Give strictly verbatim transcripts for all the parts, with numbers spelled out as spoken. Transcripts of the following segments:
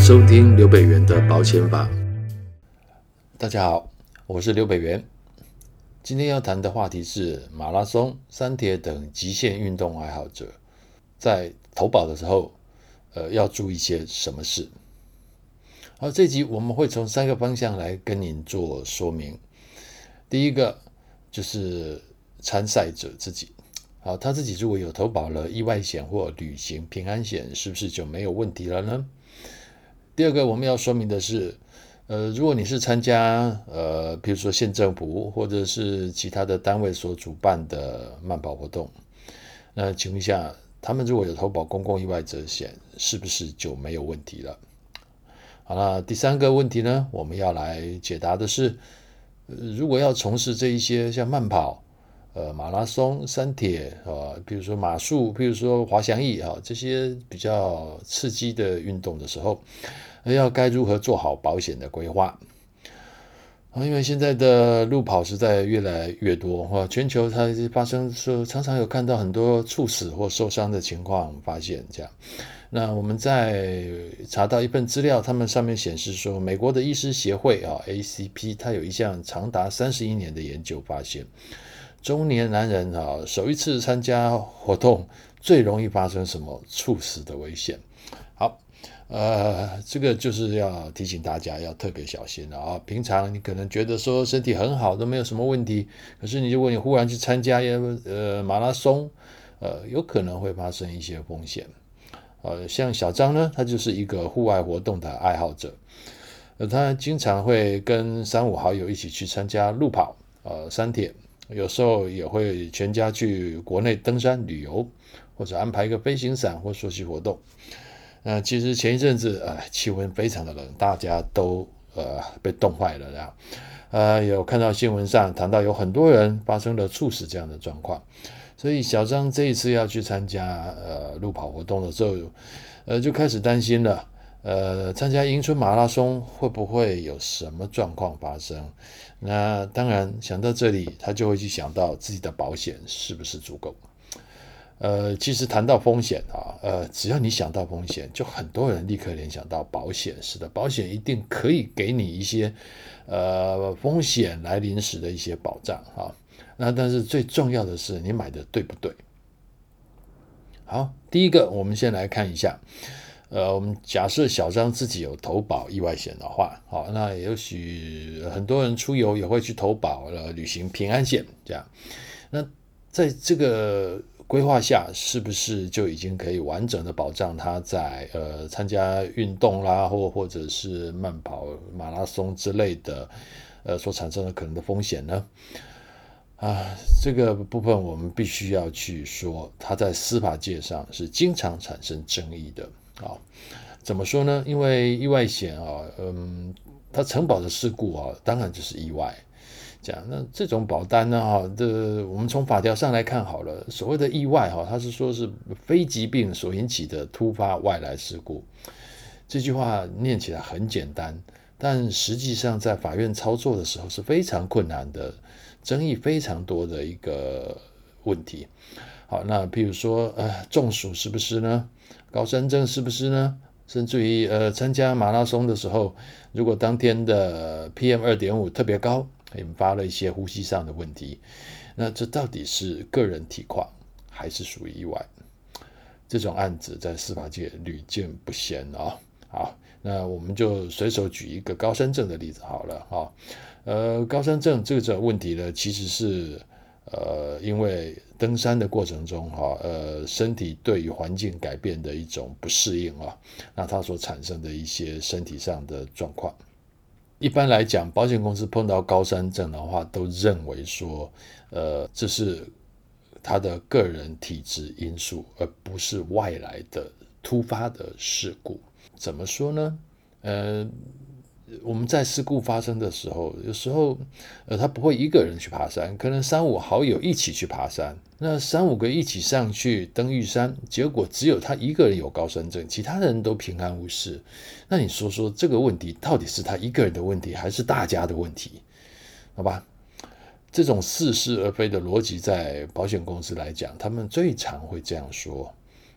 收听刘北元的保险法。 大家好，我是刘北元。今天要谈的话题是马拉松、三铁等极限运动爱好者在投保的时候，呃，要注意些什么事。好，这集我们会从三个方向来跟您做说明。第一个就是参赛者自己，好，他自己如果有投保了意外险或旅行平安险，是不是就没有问题了呢？第二个我们要说明的是，呃，如果你是参加呃，比如说县政府或者是其他的单位所主办的慢跑活动，那请问一下，他们如果有投保公共意外责险，是不是就没有问题了？好了，第三个问题呢，我们要来解答的是，呃、如果要从事这一些像慢跑、呃马拉松、三铁啊，比如说马术，比如说滑翔翼啊，这些比较刺激的运动的时候，要该如何做好保险的规划？因为现在的路跑实在越来越多，全球它发生说常常有看到很多猝死或受伤的情况发现这样。那我们在查到一份资料，他们上面显示说，美国的医师协会啊 A C P， 它有一项长达三十一年的研究发现，中年男人啊首一次参加活动最容易发生什么猝死的危险。好。呃，这个就是要提醒大家要特别小心了啊！平常你可能觉得说身体很好，都没有什么问题，可是你如果你忽然去参加呃马拉松，呃，有可能会发生一些风险。呃，像小张呢，他就是一个户外活动的爱好者，呃，他经常会跟三五好友一起去参加路跑，呃，三铁，有时候也会全家去国内登山旅游，或者安排一个飞行伞或溯溪活动。那其实前一阵子，呃，气温非常的冷，大家都呃被冻坏了，这样，呃，有看到新闻上谈到有很多人发生了猝死这样的状况，所以小张这一次要去参加呃路跑活动的时候，呃，就开始担心了，呃，参加迎春马拉松会不会有什么状况发生？那当然想到这里，他就会去想到自己的保险是不是足够。呃，其实谈到风险啊，呃，只要你想到风险，就很多人立刻联想到保险。是的，保险一定可以给你一些呃风险来临时的一些保障啊。那但是最重要的是你买的对不对？好，第一个我们先来看一下，呃，我们假设小张自己有投保意外险的话，好，那也许很多人出游也会去投保了旅行平安险，这样，那在这个规划下，是不是就已经可以完整的保障他在呃参加运动啦，或或者是慢跑、马拉松之类的呃所产生的可能的风险呢？啊，这个部分我们必须要去说，它在司法界上是经常产生争议的啊。怎么说呢？因为意外险啊，嗯，它承保的事故啊，当然就是意外。这样，那这种保单呢，哈，这我们从法条上来看好了，所谓的意外哈，它是说是非疾病所引起的突发外来事故。这句话念起来很简单，但实际上在法院操作的时候是非常困难的，争议非常多的一个问题。好，那譬如说，呃，中暑是不是呢？高山症是不是呢？甚至于，呃，参加马拉松的时候，如果当天的 P M 二点五 特别高，引发了一些呼吸上的问题，那这到底是个人体况还是属于意外？这种案子在司法界屡见不鲜啊、哦。好，那我们就随手举一个高山症的例子好了啊、哦。呃，高山症这个问题呢，其实是呃因为登山的过程中哈、哦，呃身体对于环境改变的一种不适应啊、哦，那它所产生的一些身体上的状况。一般来讲，保险公司碰到高山症的话，都认为说，呃，这是他的个人体质因素，而不是外来的突发的事故。怎么说呢？呃，我们在事故发生的时候，有时候，呃，他不会一个人去爬山，可能三五好友一起去爬山。那三五个一起上去登玉山，结果只有他一个人有高山症，其他人都平安无事。那你说说这个问题到底是他一个人的问题，还是大家的问题？好吧，这种似是而非的逻辑，在保险公司来讲，他们最常会这样说：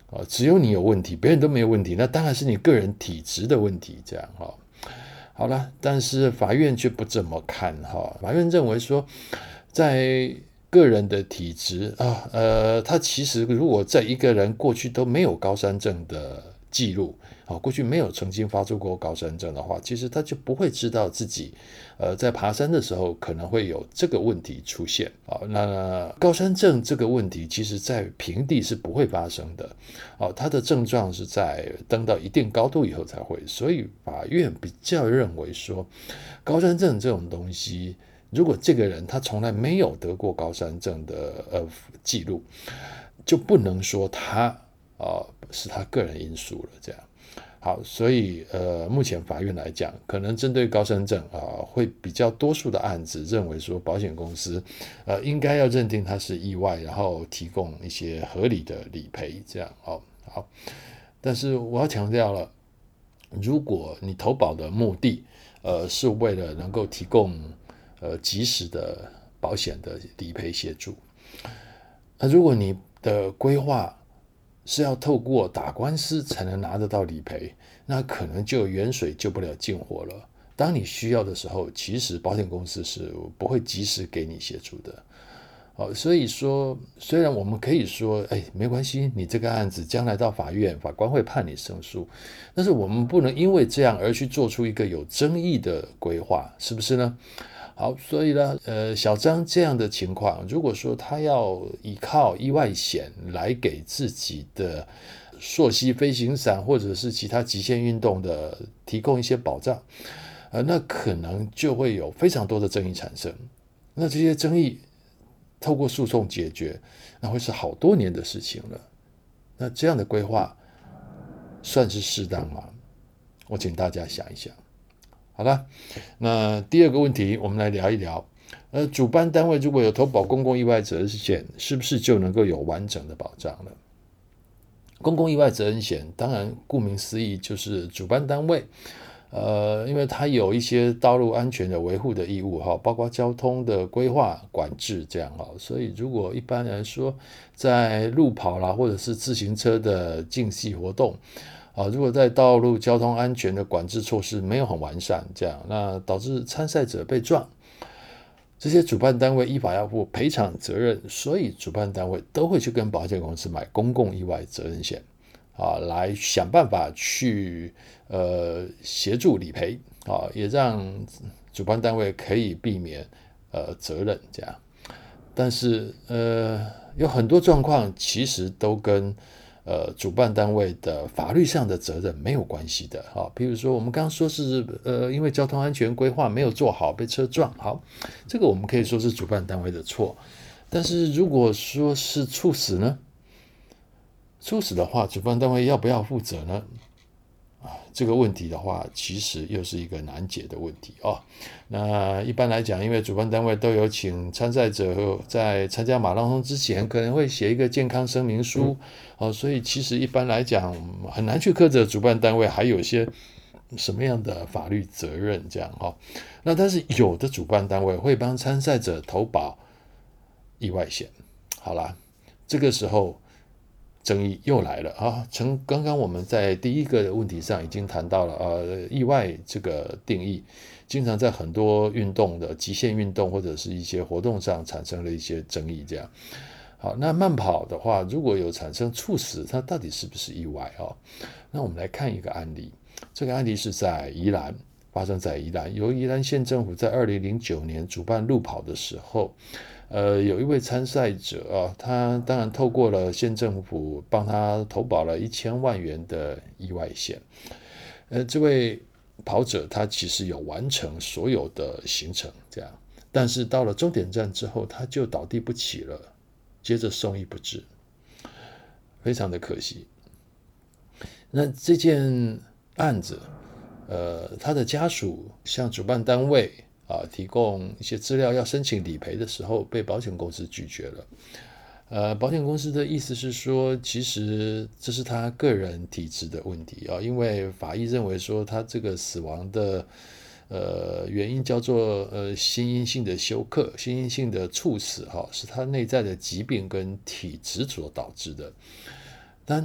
啊，只有你有问题，别人都没有问题，那当然是你个人体质的问题，这样哈。好了，但是法院却不这么看哈，法院认为说，在个人的体质啊，呃，他其实如果在一个人过去都没有高山症的记录，啊，过去没有曾经发作过高山症的话，其实他就不会知道自己，呃，在爬山的时候可能会有这个问题出现啊。那高山症这个问题，其实在平地是不会发生的，啊，它的症状是在登到一定高度以后才会，所以法院比较认为说，高山症这种东西。如果这个人他从来没有得过高山症的呃记录，就不能说他啊、呃、是他个人因素了。这样好，所以呃目前法院来讲，可能针对高山症啊、呃、会比较多数的案子认为说保险公司呃应该要认定它是意外，然后提供一些合理的理赔。这样哦好，但是我要强调了，如果你投保的目的呃是为了能够提供呃，及时的保险的理赔协助。那如果你的规划是要透过打官司才能拿得到理赔，那可能就远水救不了近火了。当你需要的时候，其实保险公司是不会及时给你协助的。哦，所以说，虽然我们可以说，哎，没关系，你这个案子将来到法院，法官会判你胜诉，但是我们不能因为这样而去做出一个有争议的规划，是不是呢？好，所以呢，呃，小张这样的情况，如果说他要依靠意外险来给自己的溯溪飞行伞或者是其他极限运动的提供一些保障，呃，那可能就会有非常多的争议产生。那这些争议透过诉讼解决，那会是好多年的事情了。那这样的规划算是适当吗？我请大家想一想。好了，那第二个问题，我们来聊一聊，呃，主办单位如果有投保公共意外责任险，是不是就能够有完整的保障了？公共意外责任险，当然顾名思义就是主办单位，呃，因为它有一些道路安全的维护的义务哈，包括交通的规划管制这样哈，所以如果一般来说在路跑啦，或者是自行车的竞技活动。啊，如果在道路交通安全的管制措施没有很完善，这样那导致参赛者被撞，这些主办单位依法要负赔偿责任，所以主办单位都会去跟保险公司买公共意外责任险，啊，来想办法去呃协助理赔，啊，也让主办单位可以避免呃责任这样。但是呃有很多状况其实都跟呃，主办单位的法律上的责任没有关系的啊，比如说我们刚刚说是呃，因为交通安全规划没有做好被车撞，好，这个我们可以说是主办单位的错。但是如果说是猝死呢？猝死的话，主办单位要不要负责呢？啊，这个问题的话，其实又是一个难解的问题哦。那一般来讲，因为主办单位都有请参赛者在参加马拉松之前，可能会写一个健康声明书，哦，所以其实一般来讲很难去苛责主办单位还有一些什么样的法律责任这样哈、哦。那但是有的主办单位会帮参赛者投保意外险，好啦，这个时候。争议又来了啊！从刚刚我们在第一个问题上已经谈到了，呃，意外这个定义，经常在很多运动的极限运动或者是一些活动上产生了一些争议。这样，好，那慢跑的话，如果有产生猝死，它到底是不是意外啊？那我们来看一个案例，这个案例是在宜兰发生在宜兰，由宜兰县政府在二零零九年主办路跑的时候。呃，有一位参赛者啊，他当然透过了县政府帮他投保了一千万元的意外险。呃，这位跑者他其实有完成所有的行程，这样，但是到了终点站之后，他就倒地不起了，接着送医不治，非常的可惜。那这件案子，呃，他的家属向主办单位。啊，提供一些资料要申请理赔的时候，被保险公司拒绝了。呃，保险公司的意思是说，其实这是他个人体质的问题啊，因为法医认为说他这个死亡的呃原因叫做呃心因性的休克、心因性的猝死哈、啊，是他内在的疾病跟体质所导致的。但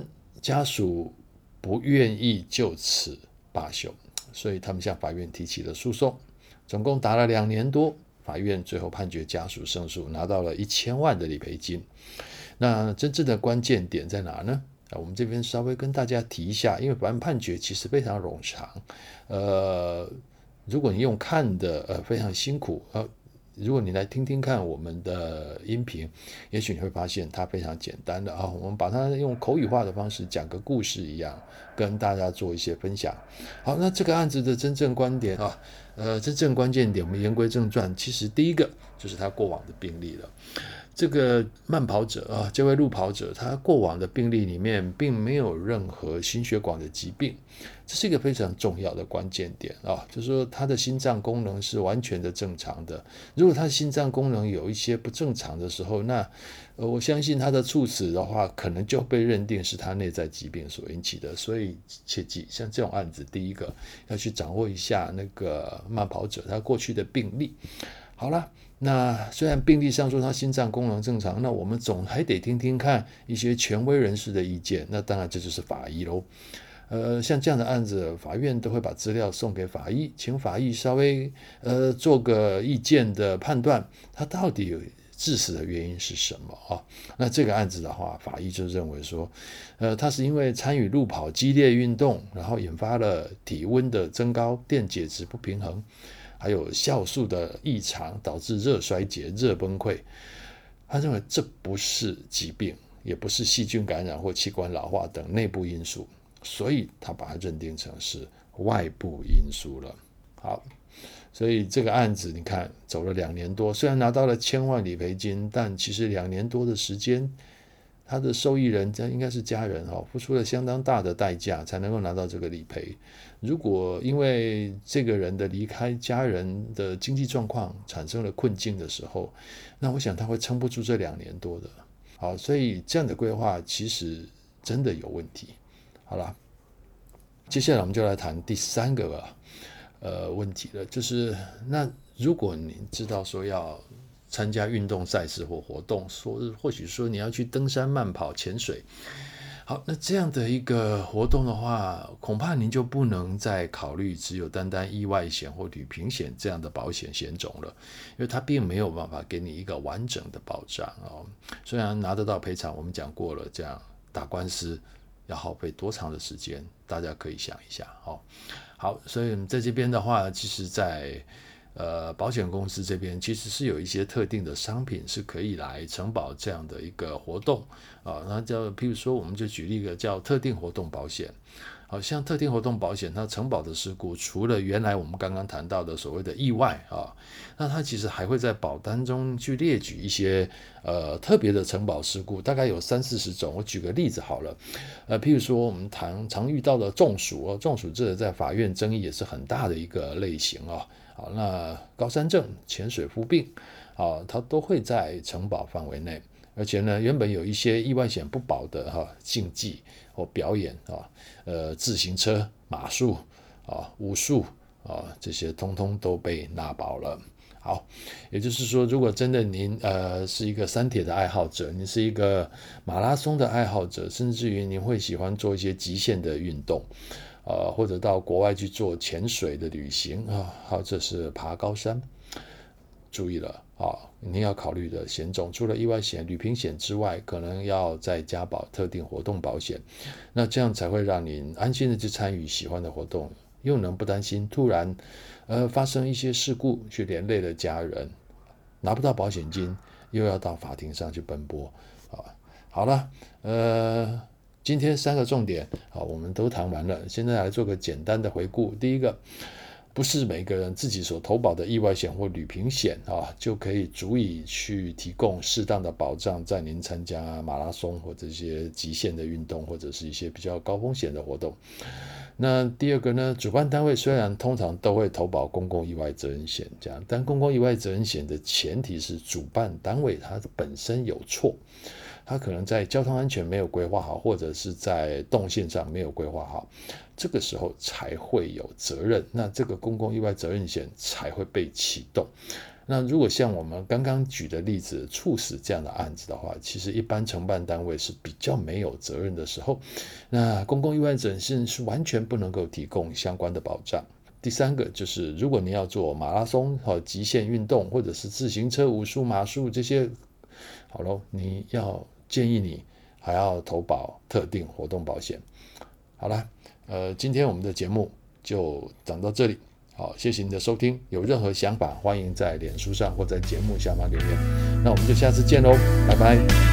家属不愿意就此罢休，所以他们向法院提起了诉讼，总共打了两年多，法院最后判决家属胜诉，拿到了一千万的理赔金。那真正的关键点在哪呢？我们这边稍微跟大家提一下，因为法院判决其实非常冗长，呃，如果你用看的，呃，非常辛苦，呃，如果你来听听看我们的音频，也许你会发现它非常简单的啊，我们把它用口语化的方式讲个故事一样，跟大家做一些分享。好，那这个案子的真正观点啊，呃，真正关键点，我们言归正传，其实第一个就是他过往的病例了。这个慢跑者啊，这位路跑者，他过往的病例里面并没有任何心血管的疾病，这是一个非常重要的关键点啊，就是说他的心脏功能是完全的正常的。如果他的心脏功能有一些不正常的时候，那呃，我相信他的猝死的话，可能就被认定是他内在疾病所引起的。所以切记，像这种案子，第一个要去掌握一下那个慢跑者他过去的病例。好了。那虽然病历上说他心脏功能正常，那我们总还得听听看一些权威人士的意见，那当然这就是法医咯。呃，像这样的案子，法院都会把资料送给法医，请法医稍微呃做个意见的判断，他到底有致死的原因是什么啊？那这个案子的话，法医就认为说，呃，他是因为参与路跑激烈运动，然后引发了体温的增高、电解质不平衡。还有酵素的异常导致热衰竭、热崩溃，他认为这不是疾病，也不是细菌感染或器官老化等内部因素，所以他把它认定成是外部因素了。好，所以这个案子你看走了两年多，虽然拿到了千万理赔金，但其实两年多的时间，他的受益人应该是家人哈，付出了相当大的代价才能够拿到这个理赔。如果因为这个人的离开，家人的经济状况产生了困境的时候，那我想他会撑不住这两年多的。好，所以这样的规划其实真的有问题。好了，接下来我们就来谈第三个呃问题了，就是那如果你知道说要参加运动赛事或活动，说或许说你要去登山、慢跑、潜水。好，那这样的一个活动的话，恐怕您就不能再考虑只有单单意外险或旅平险这样的保险险种了，因为它并没有办法给你一个完整的保障哦。虽然拿得到赔偿，我们讲过了，这样打官司要耗费多长的时间，大家可以想一下哦。好，所以在这边的话，其实在呃，保险公司这边其实是有一些特定的商品是可以来承保这样的一个活动啊，那叫譬如说，我们就举例一个叫特定活动保险。好像特定活动保险，它承保的事故，除了原来我们刚刚谈到的所谓的意外啊，那它其实还会在保单中去列举一些呃特别的承保事故，大概有三四十种。我举个例子好了，呃，譬如说我们常常遇到的中暑哦，中暑这在法院争议也是很大的一个类型哦。好，那高山症、潜水夫病，啊，它都会在承保范围内。而且呢，原本有一些意外险不保的哈、啊、竞技或表演啊，呃，自行车、马术啊、武术啊，这些通通都被纳保了。好，也就是说，如果真的您呃是一个三铁的爱好者，你是一个马拉松的爱好者，甚至于您会喜欢做一些极限的运动。呃，或者到国外去做潜水的旅行啊，好，这是爬高山。注意了啊，您要考虑的险种，除了意外险、旅平险之外，可能要再加保特定活动保险。那这样才会让您安心的去参与喜欢的活动，又能不担心突然呃发生一些事故去连累了家人，拿不到保险金，又要到法庭上去奔波啊。好了，呃。今天三个重点好，我们都谈完了。现在来做个简单的回顾。第一个，不是每个人自己所投保的意外险或旅平险啊，就可以足以去提供适当的保障，在您参加马拉松或这些极限的运动，或者是一些比较高风险的活动。那第二个呢，主办单位虽然通常都会投保公共意外责任险，这样，但公共意外责任险的前提是主办单位它本身有错。他可能在交通安全没有规划好，或者是在动线上没有规划好，这个时候才会有责任，那这个公共意外责任险才会被启动。 那如果像我们刚刚举的例子，猝死这样的案子的话，其实一般承办单位是比较没有责任的时候，那公共意外诊室是完全不能够提供相关的保障。第三个就是，如果你要做马拉松和极限运动，或者是自行车、武术、马术这些，好咯，你要建议你还要投保特定活动保险。好了，呃，今天我们的节目就讲到这里。好，谢谢你的收听。有任何想法，欢迎在脸书上或在节目下方留言。那我们就下次见喽，拜拜。